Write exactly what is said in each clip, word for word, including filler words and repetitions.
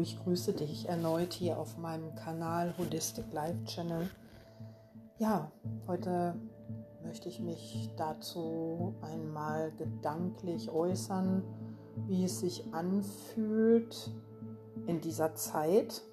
ich grüße dich erneut hier auf meinem Kanal Holistic Life Channel. Ja, heute möchte ich mich dazu einmal gedanklich äußern, wie es sich anfühlt in dieser Zeit.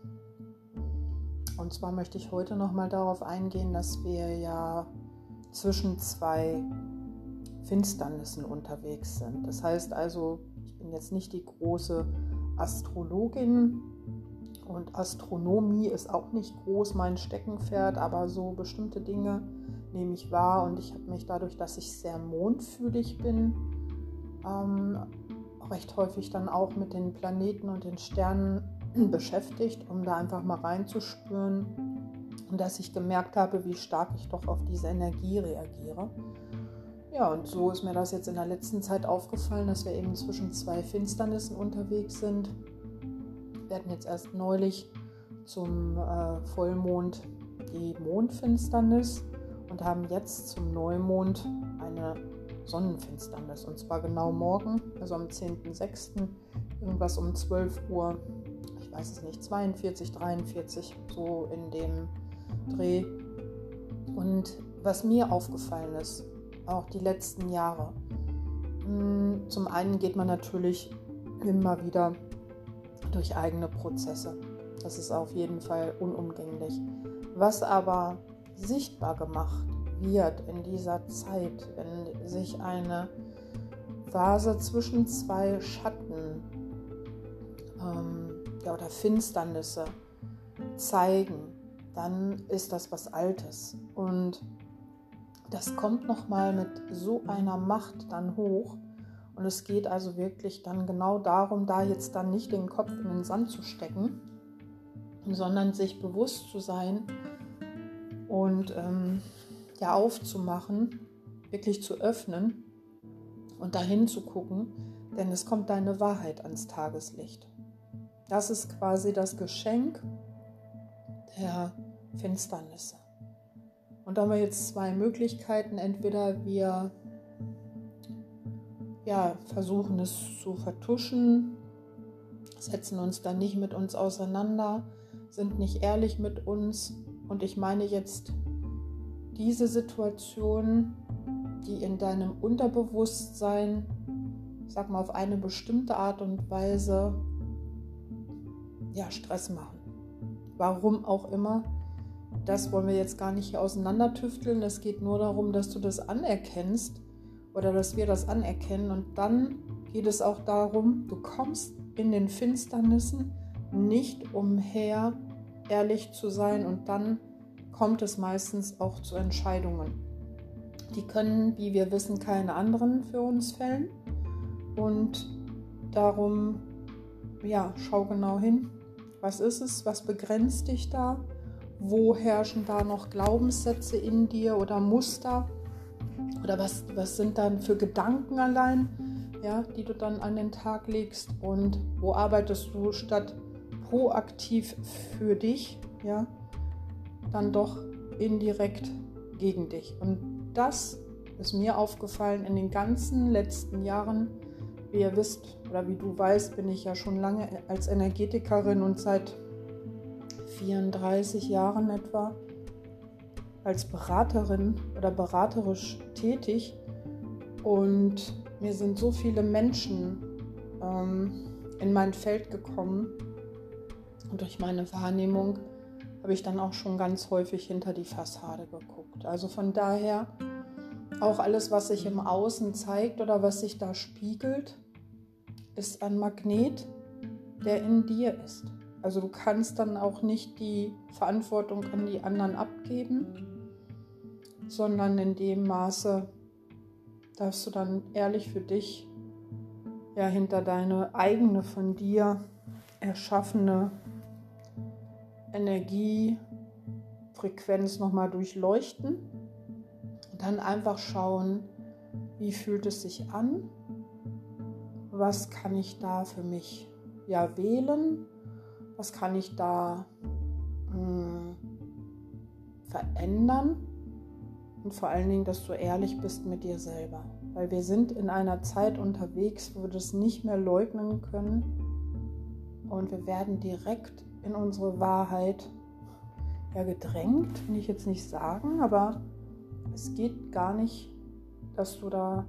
Und zwar möchte ich heute nochmal darauf eingehen, dass wir ja zwischen zwei Finsternissen unterwegs sind. Das heißt also, ich bin jetzt nicht die große Astrologin und Astronomie ist auch nicht groß mein Steckenpferd, aber so bestimmte Dinge nehme ich wahr und ich habe mich dadurch, dass ich sehr mondfühlig bin, ähm, recht häufig dann auch mit den Planeten und den Sternen beschäftigt, um da einfach mal reinzuspüren und dass ich gemerkt habe, wie stark ich doch auf diese Energie reagiere. Ja, und so ist mir das jetzt in der letzten Zeit aufgefallen, dass wir eben zwischen zwei Finsternissen unterwegs sind. Wir hatten jetzt erst neulich zum äh, Vollmond die Mondfinsternis und haben jetzt zum Neumond eine Sonnenfinsternis. Und zwar genau morgen, also am zehnten sechsten irgendwas um zwölf Uhr, ich weiß es nicht, zweiundvierzig, dreiundvierzig, so in dem Dreh. Und was mir aufgefallen ist, auch die letzten Jahre. Zum einen geht man natürlich immer wieder durch eigene Prozesse. Das ist auf jeden Fall unumgänglich. Was aber sichtbar gemacht wird in dieser Zeit, wenn sich eine Phase zwischen zwei Schatten ähm, ja, oder Finsternisse zeigen, dann ist das was Altes. Und das kommt nochmal mit so einer Macht dann hoch und es geht also wirklich dann genau darum, da jetzt dann nicht den Kopf in den Sand zu stecken, sondern sich bewusst zu sein und ähm, ja aufzumachen, wirklich zu öffnen und dahin zu gucken, denn es kommt deine Wahrheit ans Tageslicht. Das ist quasi das Geschenk der Finsternisse. Und da haben wir jetzt zwei Möglichkeiten. Entweder wir ja, versuchen es zu vertuschen, setzen uns dann nicht mit uns auseinander, sind nicht ehrlich mit uns. Und ich meine jetzt diese Situation, die in deinem Unterbewusstsein, ich sag mal, auf eine bestimmte Art und Weise ja, Stress machen. Warum auch immer. Das wollen wir jetzt gar nicht hier auseinandertüfteln. Es geht nur darum, dass du das anerkennst oder dass wir das anerkennen. Und dann geht es auch darum, du kommst in den Finsternissen nicht umher, ehrlich zu sein. Und dann kommt es meistens auch zu Entscheidungen. Die können, wie wir wissen, keine anderen für uns fällen. Und darum, ja, schau genau hin. Was ist es? Was begrenzt dich da? Wo herrschen da noch Glaubenssätze in dir oder Muster? Oder was, was sind dann für Gedanken allein, ja, die du dann an den Tag legst? Und wo arbeitest du statt proaktiv für dich, ja, dann doch indirekt gegen dich? Und das ist mir aufgefallen in den ganzen letzten Jahren. Wie ihr wisst oder wie du weißt, bin ich ja schon lange als Energetikerin und seit vierunddreißig Jahren etwa als Beraterin oder beraterisch tätig und mir sind so viele Menschen ähm, in mein Feld gekommen und durch meine Wahrnehmung habe ich dann auch schon ganz häufig hinter die Fassade geguckt. Also von daher auch alles, was sich im Außen zeigt oder was sich da spiegelt, ist ein Magnet, der in dir ist. Also du kannst dann auch nicht die Verantwortung an die anderen abgeben, sondern in dem Maße darfst du dann ehrlich für dich ja hinter deine eigene von dir erschaffene Energiefrequenz nochmal durchleuchten und dann einfach schauen, wie fühlt es sich an, was kann ich da für mich ja wählen, was kann ich da mh, verändern und vor allen Dingen, dass du ehrlich bist mit dir selber. Weil wir sind in einer Zeit unterwegs, wo wir das nicht mehr leugnen können und wir werden direkt in unsere Wahrheit ja, gedrängt, will ich jetzt nicht sagen, aber es geht gar nicht, dass du da,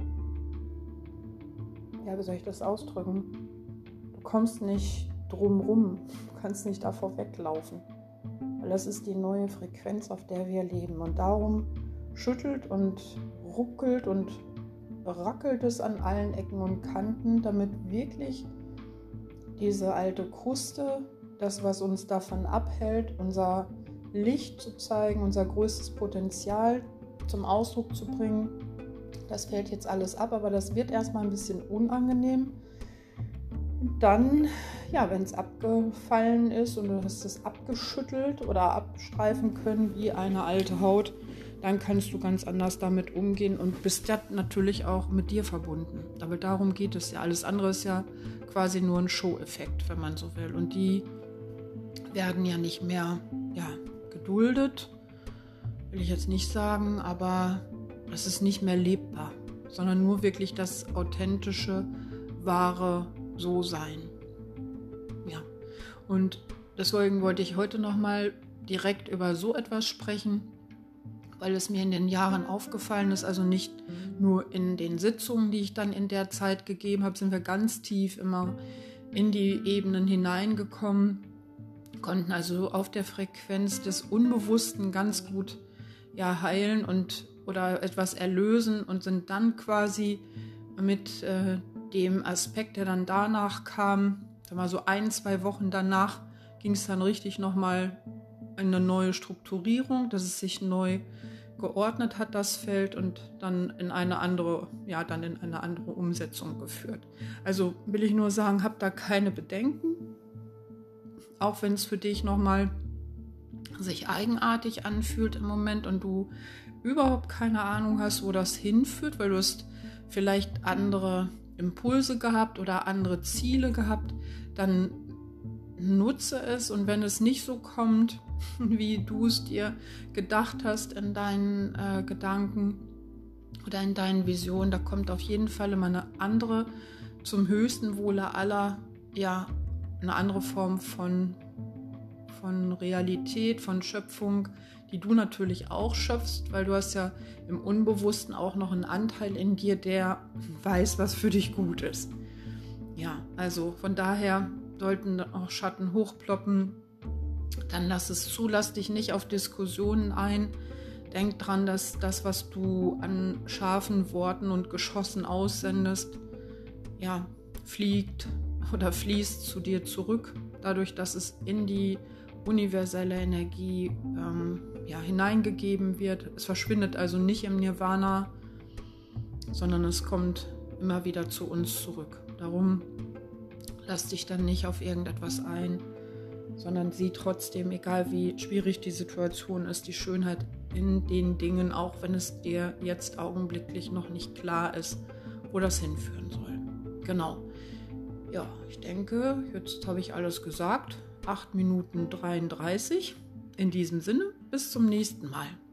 ja, wie soll ich das ausdrücken? Du kommst nicht drum rum, du kannst nicht davor weglaufen, weil das ist die neue Frequenz, auf der wir leben, und darum schüttelt und ruckelt und rackelt es an allen Ecken und Kanten, damit wirklich diese alte Kruste, das, was uns davon abhält, unser Licht zu zeigen, unser größtes Potenzial zum Ausdruck zu bringen, das fällt jetzt alles ab, aber das wird erstmal ein bisschen unangenehm. Und dann, ja, wenn es abgefallen ist und du hast es abgeschüttelt oder abstreifen können wie eine alte Haut, dann kannst du ganz anders damit umgehen und bist ja natürlich auch mit dir verbunden. Aber darum geht es ja. Alles andere ist ja quasi nur ein Show-Effekt, wenn man so will. Und die werden ja nicht mehr ja, geduldet, will ich jetzt nicht sagen, aber es ist nicht mehr lebbar, sondern nur wirklich das authentische, wahre So-Sein. Ja, und deswegen wollte ich heute nochmal direkt über so etwas sprechen, weil es mir in den Jahren aufgefallen ist, also nicht nur in den Sitzungen, die ich dann in der Zeit gegeben habe, sind wir ganz tief immer in die Ebenen hineingekommen, konnten also auf der Frequenz des Unbewussten ganz gut ja, heilen und oder etwas erlösen und sind dann quasi mit äh, dem Aspekt, der dann danach kam, sag mal so ein, zwei Wochen danach, ging es dann richtig nochmal eine neue Strukturierung, dass es sich neu geordnet hat, das Feld, und dann in eine andere, ja, dann in eine andere Umsetzung geführt. Also will ich nur sagen, hab da keine Bedenken, auch wenn es für dich nochmal sich eigenartig anfühlt im Moment und du überhaupt keine Ahnung hast, wo das hinführt, weil du hast vielleicht andere Impulse gehabt oder andere Ziele gehabt, dann nutze es, und wenn es nicht so kommt, wie du es dir gedacht hast in deinen äh, Gedanken oder in deinen Visionen, da kommt auf jeden Fall immer eine andere, zum höchsten Wohle aller, ja, eine andere Form von, von Realität, von Schöpfung, die du natürlich auch schöpfst, weil du hast ja im Unbewussten auch noch einen Anteil in dir, der weiß, was für dich gut ist. Ja, also von daher sollten auch Schatten hochploppen, dann lass es zu, lass dich nicht auf Diskussionen ein. Denk dran, dass das, was du an scharfen Worten und Geschossen aussendest, ja, fliegt oder fließt zu dir zurück, dadurch, dass es in die universelle Energie ähm, ja, hineingegeben wird. Es verschwindet also nicht im Nirvana, sondern es kommt immer wieder zu uns zurück. Darum lass dich dann nicht auf irgendetwas ein, sondern sieh trotzdem, egal wie schwierig die Situation ist, die Schönheit in den Dingen, auch wenn es dir jetzt augenblicklich noch nicht klar ist, wo das hinführen soll. Genau. Ja, ich denke, jetzt habe ich alles gesagt. acht Minuten dreiunddreißig. In diesem Sinne, bis zum nächsten Mal.